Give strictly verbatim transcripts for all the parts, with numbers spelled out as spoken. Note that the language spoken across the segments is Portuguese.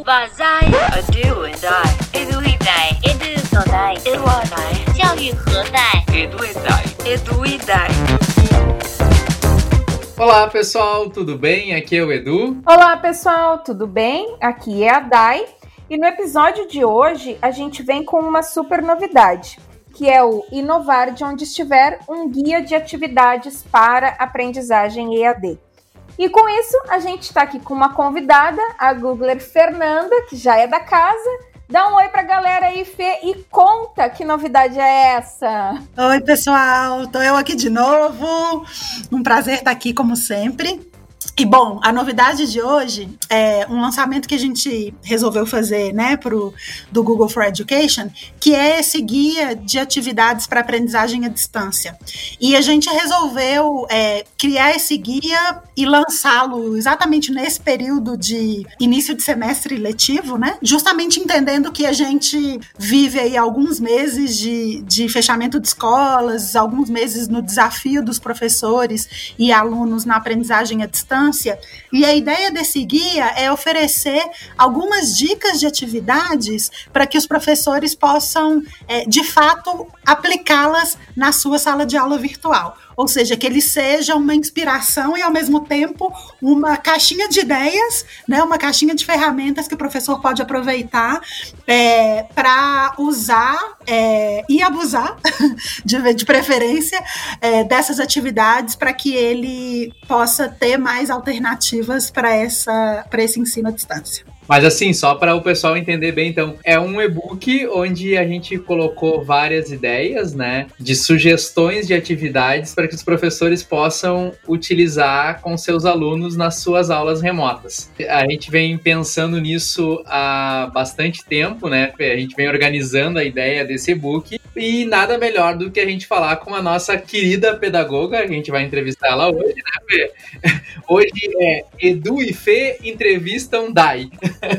吧在 Edu and I Edu e Dai Edu so Dai Edu and I 教育何在 Edu e Dai Edu e Dai. Olá pessoal, tudo bem? Aqui é o Edu. Olá pessoal, tudo bem? Aqui é a Dai. E no episódio de hoje a gente vem com uma super novidade, que é o Inovar de Onde Estiver, um guia de atividades para aprendizagem E A D. E com isso, a gente está aqui com uma convidada, a Googler Fernanda, que já é da casa. Dá um oi pra galera aí, Fê, e conta que novidade é essa. Oi, pessoal, tô eu aqui de novo. Um prazer estar aqui, como sempre. E, bom, a novidade de hoje é um lançamento que a gente resolveu fazer, né, pro, do Google for Education, que é esse guia de atividades para aprendizagem à distância. E a gente resolveu é, criar esse guia e lançá-lo exatamente nesse período de início de semestre letivo, né, justamente entendendo que a gente vive aí alguns meses de, de fechamento de escolas, alguns meses no desafio dos professores e alunos na aprendizagem à distância. E a ideia desse guia é oferecer algumas dicas de atividades para que os professores possam, é, de fato, aplicá-las na sua sala de aula virtual. Ou seja, que ele seja uma inspiração e, ao mesmo tempo, uma caixinha de ideias, né, uma caixinha de ferramentas que o professor pode aproveitar é, para usar é, e abusar, de, de preferência, é, dessas atividades para que ele possa ter mais alternativas para essa, para esse ensino à distância. Mas assim, só para o pessoal entender bem, então, é um e-book onde a gente colocou várias ideias, né, de sugestões de atividades para que os professores possam utilizar com seus alunos nas suas aulas remotas. A gente vem pensando nisso há bastante tempo, né, a gente vem organizando a ideia desse e-book e nada melhor do que a gente falar com a nossa querida pedagoga, a gente vai entrevistar ela hoje, né, Fê? Hoje é Edu e Fê entrevistam Dai.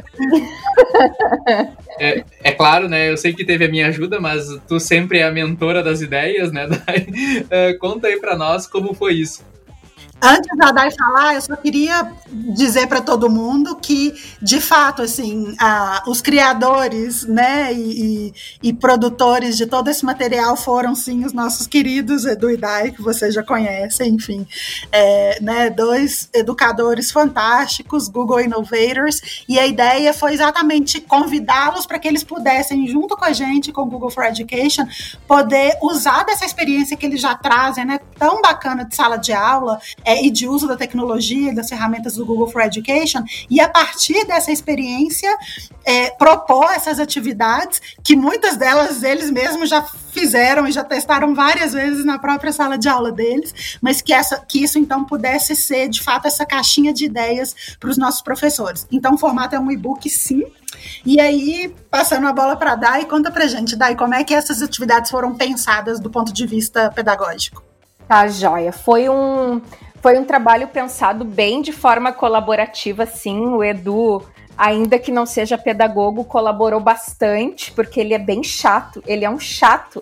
É, é claro, né? Eu sei que teve a minha ajuda, mas tu sempre é a mentora das ideias, né, Dai? É, conta aí pra nós como foi isso. Antes da Dai falar, eu só queria dizer para todo mundo que, de fato, assim, a, os criadores, né, e, e, e produtores de todo esse material foram, sim, os nossos queridos Edu e Dai, que vocês já conhecem, enfim, é, né, dois educadores fantásticos, Google Innovators, e a ideia foi exatamente convidá-los para que eles pudessem, junto com a gente, com o Google for Education, poder usar dessa experiência que eles já trazem, né, tão bacana de sala de aula, É, e de uso da tecnologia e das ferramentas do Google for Education, e a partir dessa experiência é, propor essas atividades, que muitas delas eles mesmos já fizeram e já testaram várias vezes na própria sala de aula deles, mas que, essa, que isso então pudesse ser de fato essa caixinha de ideias para os nossos professores. Então o formato é um e-book, sim. E aí, passando a bola para a Dai, conta pra gente, Dai, como é que essas atividades foram pensadas do ponto de vista pedagógico? Tá, joia. Foi um... Foi um trabalho pensado bem de forma colaborativa, sim. O Edu, ainda que não seja pedagogo, colaborou bastante, porque ele é bem chato. Ele é um chato.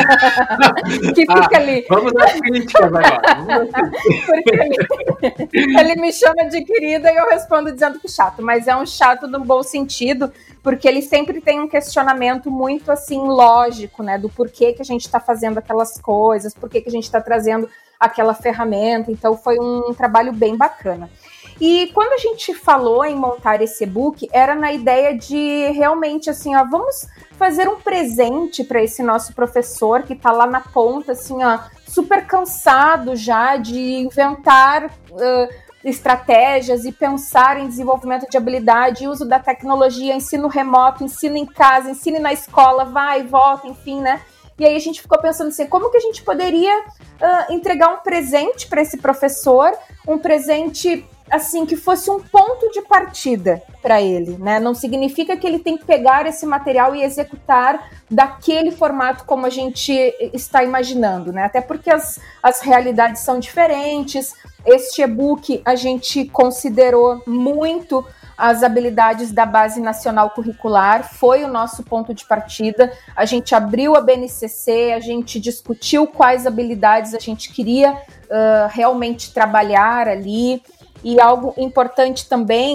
que fica ah, ali... Vamos às críticas agora. porque ele, ele me chama de querida e eu respondo dizendo que chato. Mas é um chato no bom sentido, porque ele sempre tem um questionamento muito, assim, lógico, né? Do porquê que a gente está fazendo aquelas coisas, porquê que a gente está trazendo aquela ferramenta. Então foi um trabalho bem bacana. E quando a gente falou em montar esse e-book, era na ideia de realmente assim, ó, vamos fazer um presente para esse nosso professor que está lá na ponta, assim, ó, super cansado já de inventar uh, estratégias e pensar em desenvolvimento de habilidade, uso da tecnologia, ensino remoto, ensino em casa, ensino na escola, vai e volta, enfim, né? E aí a gente ficou pensando assim, como que a gente poderia uh, entregar um presente para esse professor, um presente assim que fosse um ponto de partida para ele, né? Não significa que ele tem que pegar esse material e executar daquele formato como a gente está imaginando, né? Até porque as, as realidades são diferentes. Este e-book a gente considerou muito as habilidades da Base Nacional Curricular, foi o nosso ponto de partida. A gente abriu a B N C C, a gente discutiu quais habilidades a gente queria uh, realmente trabalhar ali. E algo importante também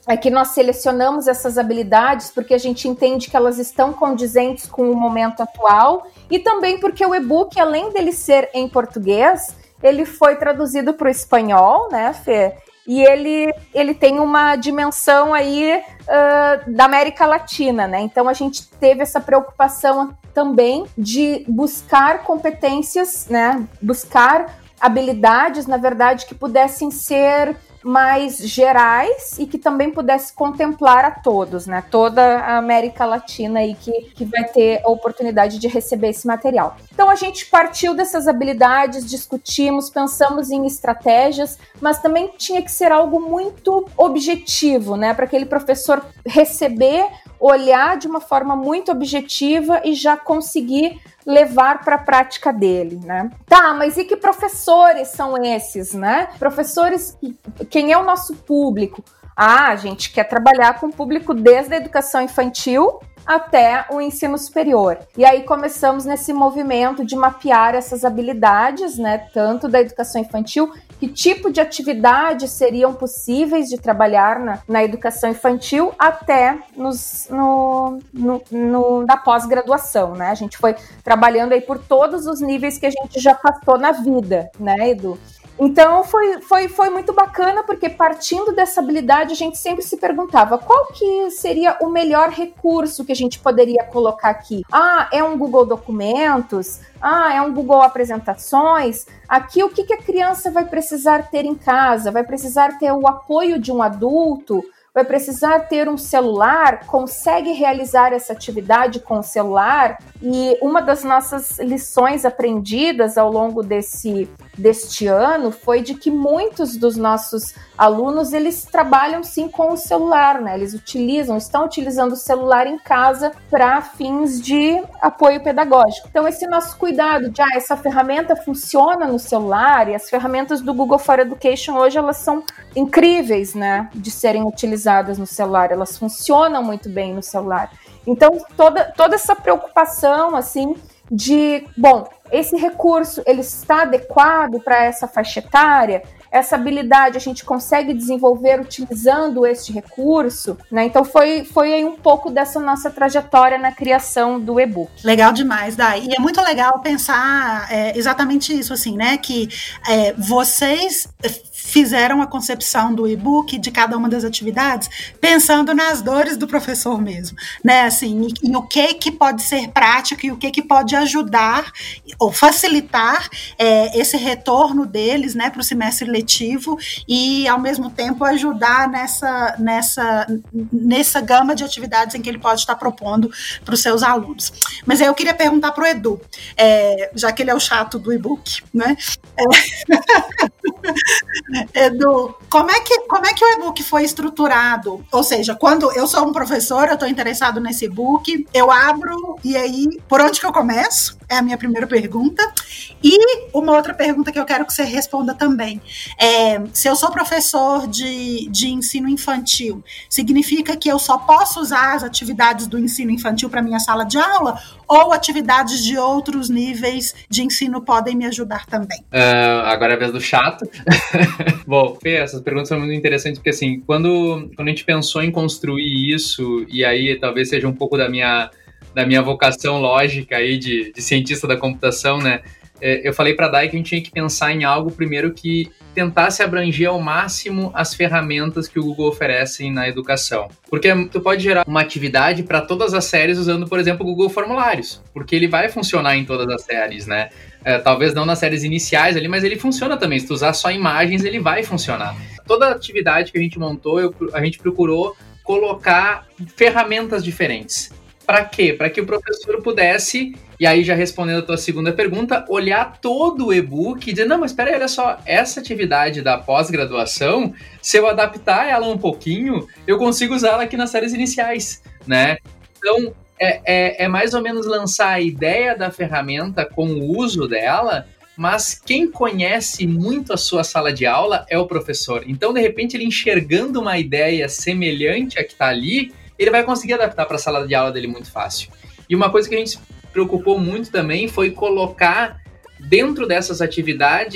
é que nós selecionamos essas habilidades porque a gente entende que elas estão condizentes com o momento atual e também porque o e-book, além dele ser em português, ele foi traduzido para o espanhol, né, Fê? E ele, ele tem uma dimensão aí uh, da América Latina, né? Então a gente teve essa preocupação também de buscar competências, né? Buscar habilidades, na verdade, que pudessem ser mais gerais e que também pudesse contemplar a todos, né? Toda a América Latina aí que, que vai ter a oportunidade de receber esse material. Então a gente partiu dessas habilidades, discutimos, pensamos em estratégias, mas também tinha que ser algo muito objetivo, né? Para aquele professor receber, olhar de uma forma muito objetiva e já conseguir levar para a prática dele, né? Tá, mas e que professores são esses, né? Professores, quem é o nosso público? Ah, a gente quer trabalhar com o público desde a educação infantil até o ensino superior. E aí começamos nesse movimento de mapear essas habilidades, né? Tanto da educação infantil, que tipo de atividades seriam possíveis de trabalhar na, na educação infantil até nos, no, no, no, da pós-graduação, né? A gente foi trabalhando aí por todos os níveis que a gente já passou na vida, né, Edu? Então foi, foi, foi muito bacana, porque partindo dessa habilidade a gente sempre se perguntava qual que seria o melhor recurso que a gente poderia colocar aqui. Ah, é um Google Documentos? Ah, é um Google Apresentações? Aqui o que, que a criança vai precisar ter em casa? Vai precisar ter o apoio de um adulto? Vai precisar ter um celular? Consegue realizar essa atividade com o celular? E uma das nossas lições aprendidas ao longo desse, deste ano foi de que muitos dos nossos alunos, eles trabalham sim com o celular, né? Eles utilizam, estão utilizando o celular em casa para fins de apoio pedagógico. Então esse nosso cuidado de, ah, essa ferramenta funciona no celular, e as ferramentas do Google for Education hoje, elas são incríveis, né, de serem utilizadas no celular, elas funcionam muito bem no celular. Então, toda, toda essa preocupação, assim, de, bom, esse recurso, ele está adequado para essa faixa etária? Essa habilidade a gente consegue desenvolver utilizando este recurso, né? Então foi, foi aí um pouco dessa nossa trajetória na criação do e-book. Legal demais, Dai. E é muito legal pensar é, exatamente isso, assim, né? Que é, vocês fizeram a concepção do e-book de cada uma das atividades pensando nas dores do professor mesmo, né? Assim, e, e o que que pode ser prático e o que que pode ajudar ou facilitar é, esse retorno deles, né, para o semestre letivo e, ao mesmo tempo, ajudar nessa, nessa, nessa gama de atividades em que ele pode estar propondo para os seus alunos. Mas aí eu queria perguntar para o Edu, é, já que ele é o chato do e-book, né? É, Edu, como é, que, como é que o e-book foi estruturado? Ou seja, quando eu sou um professor, eu estou interessado nesse e-book, eu abro e aí, por onde que eu começo? É a minha primeira pergunta. E uma outra pergunta que eu quero que você responda também. É, se eu sou professor de, de ensino infantil, significa que eu só posso usar as atividades do ensino infantil para minha sala de aula? Ou atividades de outros níveis de ensino podem me ajudar também? Uh, agora é a vez do chato. Bom, Fê, essas perguntas são muito interessantes, porque assim, quando, quando a gente pensou em construir isso, e aí talvez seja um pouco da minha, da minha vocação lógica aí de, de cientista da computação, né? Eu falei para a Dai que a gente tinha que pensar em algo primeiro que tentasse abranger ao máximo as ferramentas que o Google oferece na educação. Porque tu pode gerar uma atividade para todas as séries usando, por exemplo, o Google Formulários, porque ele vai funcionar em todas as séries, né? É, talvez não nas séries iniciais ali, mas ele funciona também. Se tu usar só imagens, ele vai funcionar. Toda atividade que a gente montou, eu, a gente procurou colocar ferramentas diferentes. Para quê? Para que o professor pudesse, e aí já respondendo a tua segunda pergunta, olhar todo o e-book e dizer, não, mas espera aí, olha só, essa atividade da pós-graduação, se eu adaptar ela um pouquinho, eu consigo usá-la aqui nas séries iniciais, né? Então, é, é, é mais ou menos lançar a ideia da ferramenta com o uso dela, mas quem conhece muito a sua sala de aula é o professor. Então, de repente, ele enxergando uma ideia semelhante à que está ali, ele vai conseguir adaptar para a sala de aula dele muito fácil. E uma coisa que a gente se preocupou muito também foi colocar dentro dessas atividades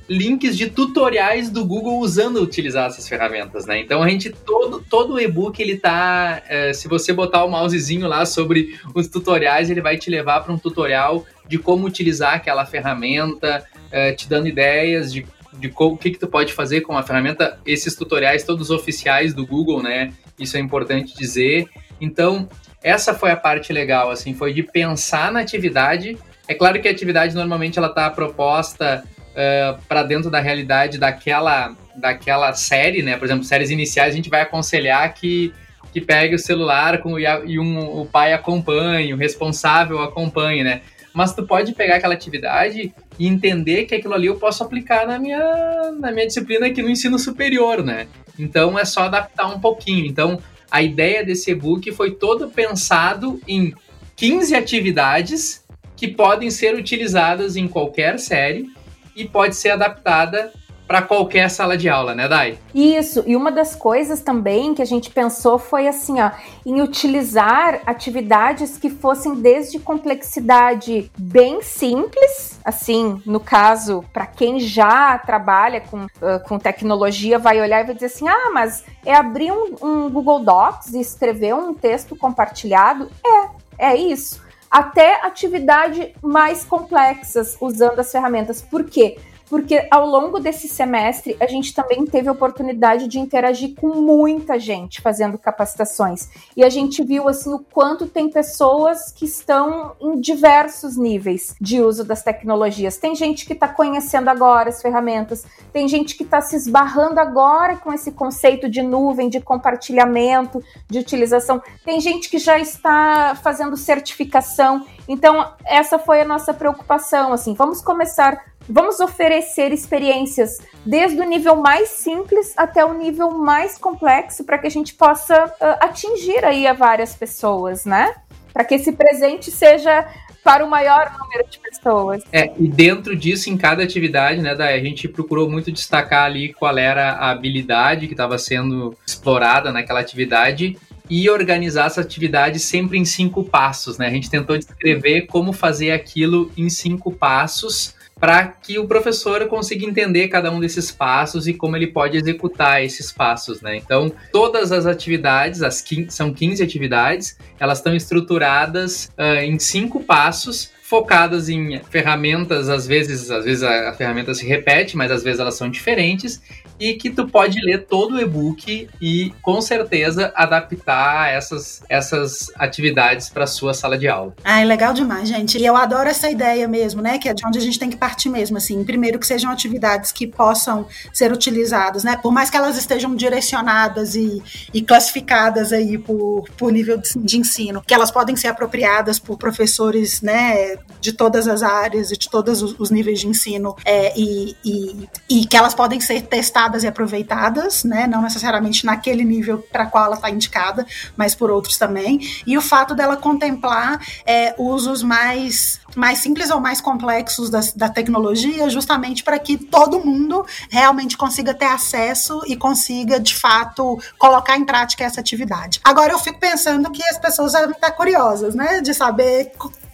links de tutoriais do Google usando utilizar essas ferramentas, né? Então a gente, todo, todo o e-book, ele tá, é, se você botar o mousezinho lá sobre os tutoriais, ele vai te levar para um tutorial de como utilizar aquela ferramenta, é, te dando ideias de, de o que, que tu pode fazer com a ferramenta, esses tutoriais todos oficiais do Google, né? Isso é importante dizer. Então, essa foi a parte legal, assim, foi de pensar na atividade. É claro que a atividade normalmente ela tá proposta uh, para dentro da realidade daquela, daquela série, né? Por exemplo, séries iniciais, a gente vai aconselhar que, que pegue o celular com, e, a, e um, o pai acompanhe, o responsável acompanhe, né? Mas tu pode pegar aquela atividade e entender que aquilo ali eu posso aplicar na minha, na minha disciplina aqui no ensino superior, né? Então é só adaptar um pouquinho. Então a ideia desse e-book foi todo pensado em quinze atividades que podem ser utilizadas em qualquer série e pode ser adaptada para qualquer sala de aula, né, Dai? Isso, e uma das coisas também que a gente pensou foi assim, ó, em utilizar atividades que fossem desde complexidade bem simples, assim, no caso, para quem já trabalha com, uh, com tecnologia, vai olhar e vai dizer assim, ah, mas é abrir um, um Google Docs e escrever um texto compartilhado? É, é isso. Até atividades mais complexas usando as ferramentas. Por quê? Porque ao longo desse semestre a gente também teve a oportunidade de interagir com muita gente fazendo capacitações. E a gente viu assim o quanto tem pessoas que estão em diversos níveis de uso das tecnologias. Tem gente que está conhecendo agora as ferramentas, tem gente que está se esbarrando agora com esse conceito de nuvem, de compartilhamento, de utilização. Tem gente que já está fazendo certificação. Então, essa foi a nossa preocupação. Assim, vamos começar... Vamos oferecer experiências desde o nível mais simples até o nível mais complexo para que a gente possa uh, atingir aí a várias pessoas, né? Para que esse presente seja para o maior número de pessoas. É, e dentro disso, em cada atividade, né, Dai, a gente procurou muito destacar ali qual era a habilidade que estava sendo explorada naquela atividade e organizar essa atividade sempre em cinco passos, né? A gente tentou descrever como fazer aquilo em cinco passos para que o professor consiga entender cada um desses passos e como ele pode executar esses passos, né? Então, todas as atividades, as quinze, são quinze atividades, elas estão estruturadas uh, em cinco passos, focadas em ferramentas, às vezes, às vezes a, a ferramenta se repete, mas às vezes elas são diferentes, e que tu pode ler todo o e-book e, com certeza, adaptar essas, essas atividades para a sua sala de aula. Ah, é legal demais, gente. E eu adoro essa ideia mesmo, né? Que é de onde a gente tem que partir mesmo, assim. Primeiro, que sejam atividades que possam ser utilizadas, né? Por mais que elas estejam direcionadas e, e classificadas aí por, por nível de, de ensino, que elas podem ser apropriadas por professores, né? De todas as áreas e de todos os, os níveis de ensino, é, e, e, e que elas podem ser testadas e aproveitadas, né? Não necessariamente naquele nível para qual ela está indicada, mas por outros também. E o fato dela contemplar é, usos mais, mais simples ou mais complexos da, da tecnologia, justamente para que todo mundo realmente consiga ter acesso e consiga, de fato, colocar em prática essa atividade. Agora, eu fico pensando que as pessoas devem estar curiosas, né? De saber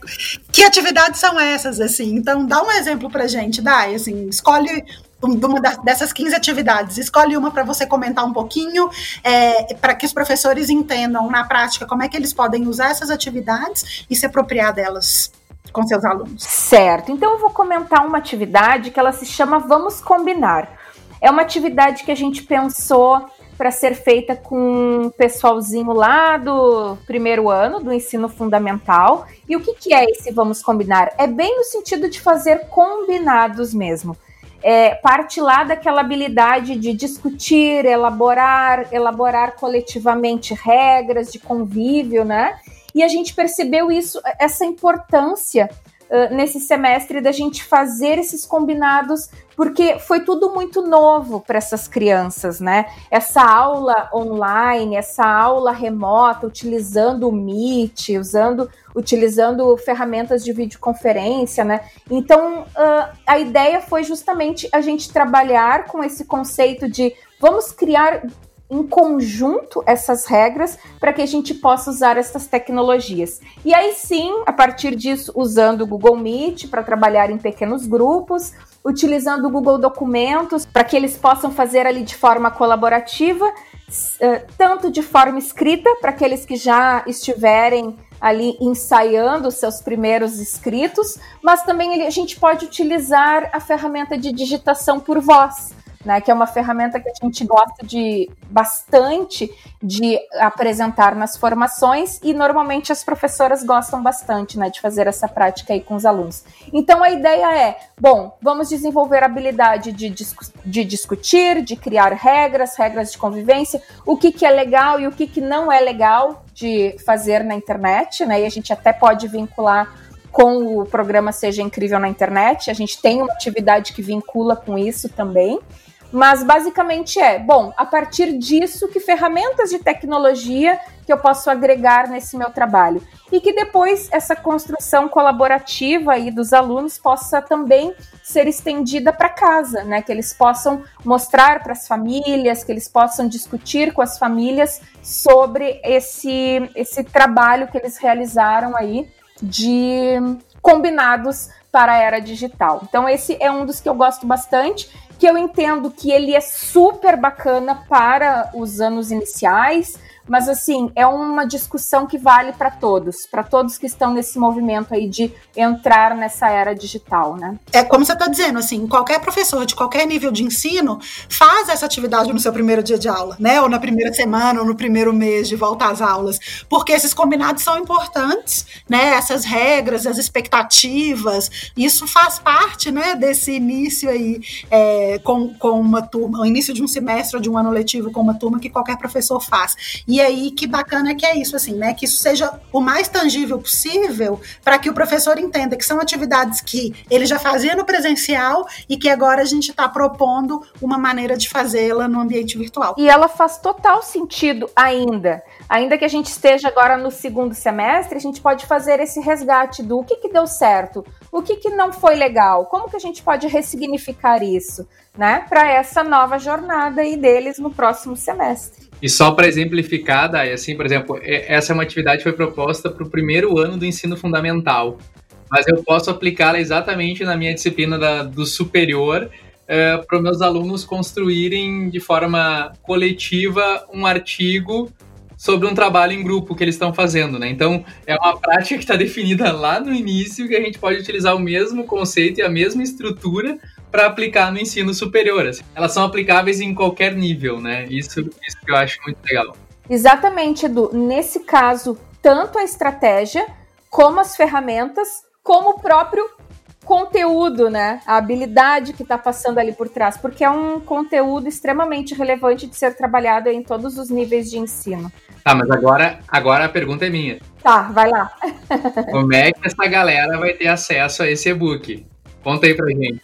que atividades são essas, assim. Então, dá um exemplo pra gente, Dai, assim, escolhe uma dessas quinze atividades, escolhe uma para você comentar um pouquinho, é, para que os professores entendam na prática como é que eles podem usar essas atividades e se apropriar delas com seus alunos. Certo, então eu vou comentar uma atividade que ela se chama Vamos Combinar. É uma atividade que a gente pensou para ser feita com o pessoalzinho lá do primeiro ano do ensino fundamental. E o que, que é esse Vamos Combinar? É bem no sentido de fazer combinados mesmo. É, parte lá daquela habilidade de discutir, elaborar, elaborar coletivamente regras de convívio, né? E a gente percebeu isso, essa importância uh, nesse semestre da gente fazer esses combinados, porque foi tudo muito novo para essas crianças, né? Essa aula online, essa aula remota, utilizando o Meet, usando, utilizando ferramentas de videoconferência, né? Então, uh, a ideia foi justamente a gente trabalhar com esse conceito de vamos criar em conjunto essas regras para que a gente possa usar essas tecnologias. E aí sim, a partir disso, usando o Google Meet para trabalhar em pequenos grupos, utilizando o Google Documentos para que eles possam fazer ali de forma colaborativa, tanto de forma escrita, para aqueles que já estiverem ali ensaiando os seus primeiros escritos, mas também a gente pode utilizar a ferramenta de digitação por voz, né, que é uma ferramenta que a gente gosta de bastante de apresentar nas formações e normalmente as professoras gostam bastante, né, de fazer essa prática aí com os alunos. Então a ideia é, bom, vamos desenvolver a habilidade de, discu- de discutir, de criar regras, regras de convivência, o que, que é legal e o que, que não é legal de fazer na internet, né, e a gente até pode vincular com o programa Seja Incrível na Internet, a gente tem uma atividade que vincula com isso também. Mas basicamente é, bom, a partir disso, que ferramentas de tecnologia que eu posso agregar nesse meu trabalho? E que depois essa construção colaborativa aí dos alunos possa também ser estendida para casa, né? Que eles possam mostrar para as famílias, que eles possam discutir com as famílias sobre esse, esse trabalho que eles realizaram aí de combinados para a era digital. Então esse é um dos que eu gosto bastante, que eu entendo que ele é super bacana para os anos iniciais, mas assim, é uma discussão que vale para todos, para todos que estão nesse movimento aí de entrar nessa era digital, né? É como você está dizendo, assim, qualquer professor de qualquer nível de ensino faz essa atividade no seu primeiro dia de aula, né? Ou na primeira semana, ou no primeiro mês de volta às aulas, porque esses combinados são importantes, né? Essas regras, as expectativas, isso faz parte, né, desse início aí é, com, com uma turma, o início de um semestre ou de um ano letivo com uma turma que qualquer professor faz. E aí, que bacana que é isso, assim, né? Que isso seja o mais tangível possível para que o professor entenda que são atividades que ele já fazia no presencial e que agora a gente está propondo uma maneira de fazê-la no ambiente virtual. E ela faz total sentido ainda. Ainda que a gente esteja agora no segundo semestre, a gente pode fazer esse resgate do o que, que deu certo, o que, que não foi legal, como que a gente pode ressignificar isso, né? Para essa nova jornada aí deles no próximo semestre. E só para exemplificar, Day, assim, por exemplo, essa é uma atividade que foi proposta para o primeiro ano do ensino fundamental, mas eu posso aplicá-la exatamente na minha disciplina da, do superior, é, para os meus alunos construírem de forma coletiva um artigo sobre um trabalho em grupo que eles estão fazendo, né? Então, é uma prática que está definida lá no início, que a gente pode utilizar o mesmo conceito e a mesma estrutura para aplicar no ensino superior. Assim. Elas são aplicáveis em qualquer nível, né? Isso, isso que eu acho muito legal. Exatamente, Edu. Nesse caso, tanto a estratégia, como as ferramentas, como o próprio conteúdo, né? A habilidade que está passando ali por trás, porque é um conteúdo extremamente relevante de ser trabalhado em todos os níveis de ensino. Tá, mas agora, agora a pergunta é minha. Tá, vai lá. Como é que essa galera vai ter acesso a esse e-book? Conta aí pra gente.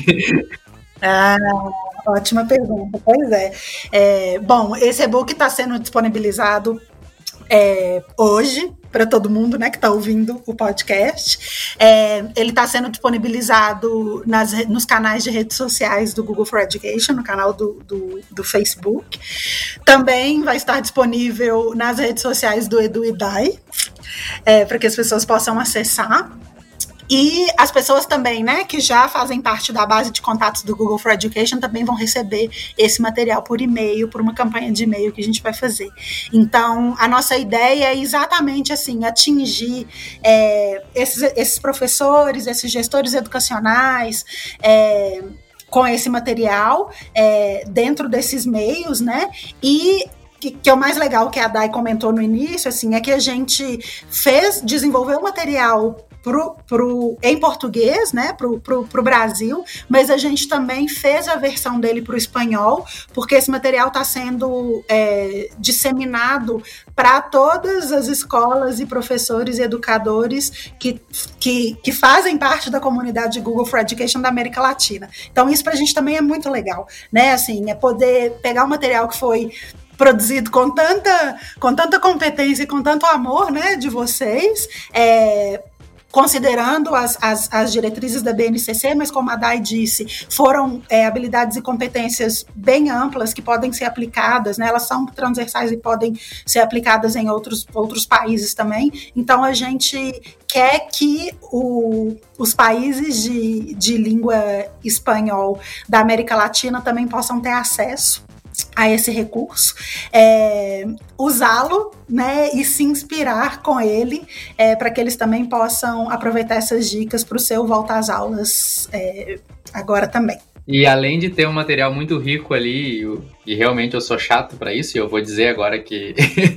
Ah, ótima pergunta, pois é. é bom, esse e-book está sendo disponibilizado é, hoje para todo mundo, né, que está ouvindo o podcast. É, ele está sendo disponibilizado nas, nos canais de redes sociais do Google for Education, no canal do, do, do Facebook. Também vai estar disponível nas redes sociais do Edu e Day, é, para que as pessoas possam acessar. E as pessoas também, né, que já fazem parte da base de contatos do Google for Education também vão receber esse material por e-mail, por uma campanha de e-mail que a gente vai fazer. Então, a nossa ideia é exatamente assim, atingir é, esses, esses professores, esses gestores educacionais, é, com esse material é, dentro desses meios, né, e Que, que é o mais legal que a Day comentou no início, assim, é que a gente fez, desenvolveu o material pro, pro, em português, né, pro, pro, pro Brasil, mas a gente também fez a versão dele pro espanhol, porque esse material está sendo é, disseminado para todas as escolas e professores e educadores que, que, que fazem parte da comunidade Google for Education da América Latina. Então isso para a gente também é muito legal, né, assim, é poder pegar o material que foi produzido com tanta, com tanta competência e com tanto amor, né, de vocês, é, considerando as, as, as diretrizes da B N C C, mas como a Dai disse, foram é, habilidades e competências bem amplas que podem ser aplicadas, né? Elas são transversais e podem ser aplicadas em outros, outros países também. Então, a gente quer que o, os países de, de língua espanhol da América Latina também possam ter acesso a esse recurso, é, usá-lo, né, e se inspirar com ele, é, para que eles também possam aproveitar essas dicas para o seu volta às aulas é, agora também. E além de ter um material muito rico ali, eu, e realmente eu sou chato para isso, e eu vou dizer agora que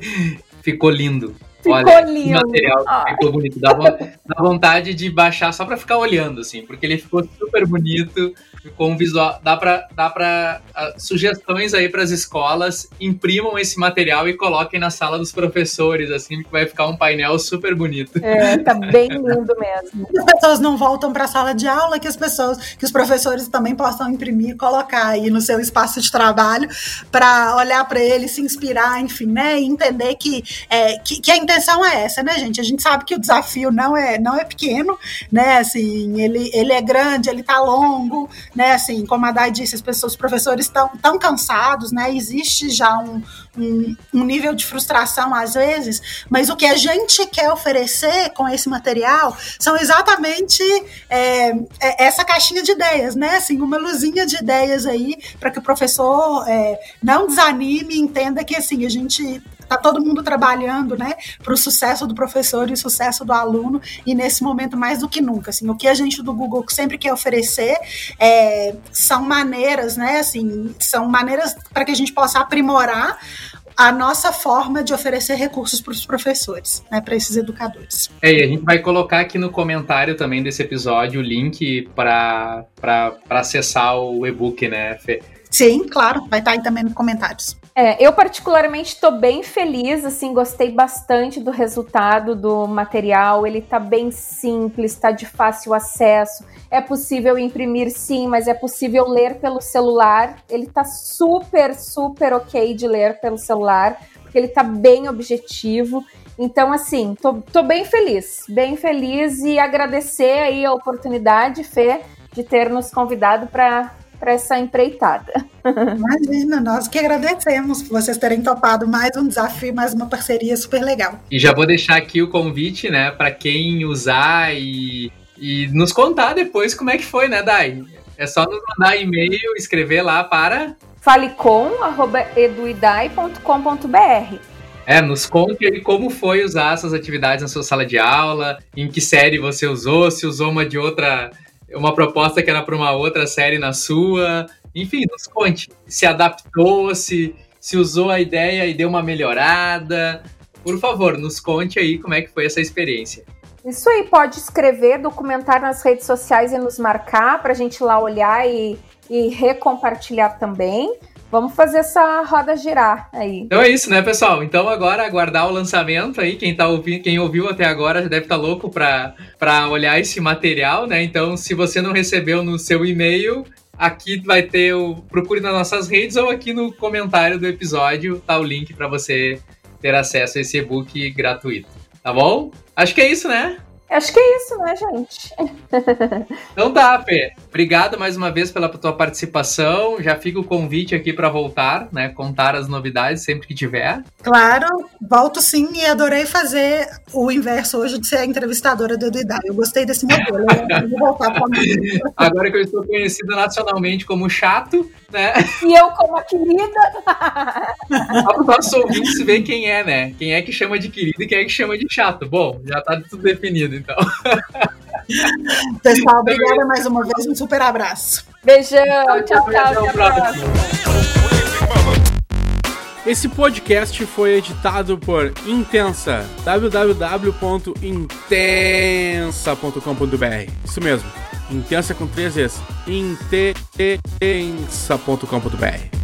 ficou lindo. Ficou Olha, lindo. Que material ficou bonito. Dá, dá vontade de baixar só pra ficar olhando, assim, porque ele ficou super bonito, ficou um visual. Dá pra, dá pra uh, sugestões aí pras escolas, imprimam esse material e coloquem na sala dos professores, assim, que vai ficar um painel super bonito. É, tá bem lindo mesmo. As pessoas não voltam para a sala de aula, que as pessoas, que os professores também possam imprimir e colocar aí no seu espaço de trabalho para olhar para ele, se inspirar, enfim, né, e entender que, é, que, que a intenção é essa, né, gente? A gente sabe que o desafio não é, não é pequeno, né, assim, ele, ele é grande, ele tá longo, né, assim, como a Dai disse, as pessoas, os professores estão tão cansados, né, existe já um, um, um nível de frustração às vezes, mas o que a gente quer oferecer com esse material são exatamente é, essa caixinha de ideias, né, assim, uma luzinha de ideias aí, para que o professor é, não desanime e entenda que, assim, a gente tá todo mundo trabalhando, né, para o sucesso do professor e o sucesso do aluno, e nesse momento mais do que nunca, assim, o que a gente do Google sempre quer oferecer é, são maneiras, né, assim, são maneiras para que a gente possa aprimorar a nossa forma de oferecer recursos para os professores, né, para esses educadores. É, e a gente vai colocar aqui no comentário também desse episódio o link para acessar o e-book, né, Fê? Sim, claro, vai estar aí também nos comentários. É, eu particularmente estou bem feliz, assim, gostei bastante do resultado do material, ele está bem simples, está de fácil acesso, é possível imprimir sim, mas é possível ler pelo celular, ele está super, super ok de ler pelo celular, porque ele está bem objetivo, então, assim, tô, tô bem feliz, bem feliz e agradecer aí a oportunidade, Fê, de ter nos convidado para para essa empreitada. Imagina, nós que agradecemos por vocês terem topado mais um desafio, mais uma parceria super legal. E já vou deixar aqui o convite, né, para quem usar e, e nos contar depois como é que foi, né, Dai? É só nos mandar e-mail, escrever lá para falecom arroba eduidai ponto com ponto b r. É, nos conte aí como foi usar essas atividades na sua sala de aula, em que série você usou, se usou uma de outra... uma proposta que era para uma outra série na sua, enfim, nos conte, se adaptou, se, se usou a ideia e deu uma melhorada, por favor, nos conte aí como é que foi essa experiência. Isso aí, pode escrever, documentar nas redes sociais e nos marcar para a gente ir lá olhar e, e recompartilhar também. Vamos fazer essa roda girar aí. Então é isso, né, pessoal? Então agora aguardar o lançamento aí. Quem, tá ouvindo, quem ouviu até agora já deve estar louco para para olhar esse material, né? Então, se você não recebeu no seu e-mail, aqui vai ter o... procure nas nossas redes ou aqui no comentário do episódio tá o link para você ter acesso a esse e-book gratuito. Tá bom? Acho que é isso, né? Acho que é isso, né, gente? Então tá, Fê. Obrigado mais uma vez pela tua participação. Já fica o convite aqui para voltar, né? Contar as novidades sempre que tiver. Claro, volto sim e adorei fazer o inverso hoje de ser a entrevistadora do Eduidai. Eu gostei desse modelo. Eu vou voltar para mim. Agora que eu estou conhecido nacionalmente como chato, né? E eu como a querida. Só para os nossos ouvintes ver quem é, né? Quem é que chama de querido e quem é que chama de chato. Bom, já tá tudo definido. Então. Pessoal, obrigada mais uma vez, um super abraço. Beijão, tchau, tchau, até a próxima. Esse podcast foi editado por Intensa, w w w ponto intensa ponto com ponto b r. Isso mesmo, Intensa com três vezes, intensa ponto com ponto b r.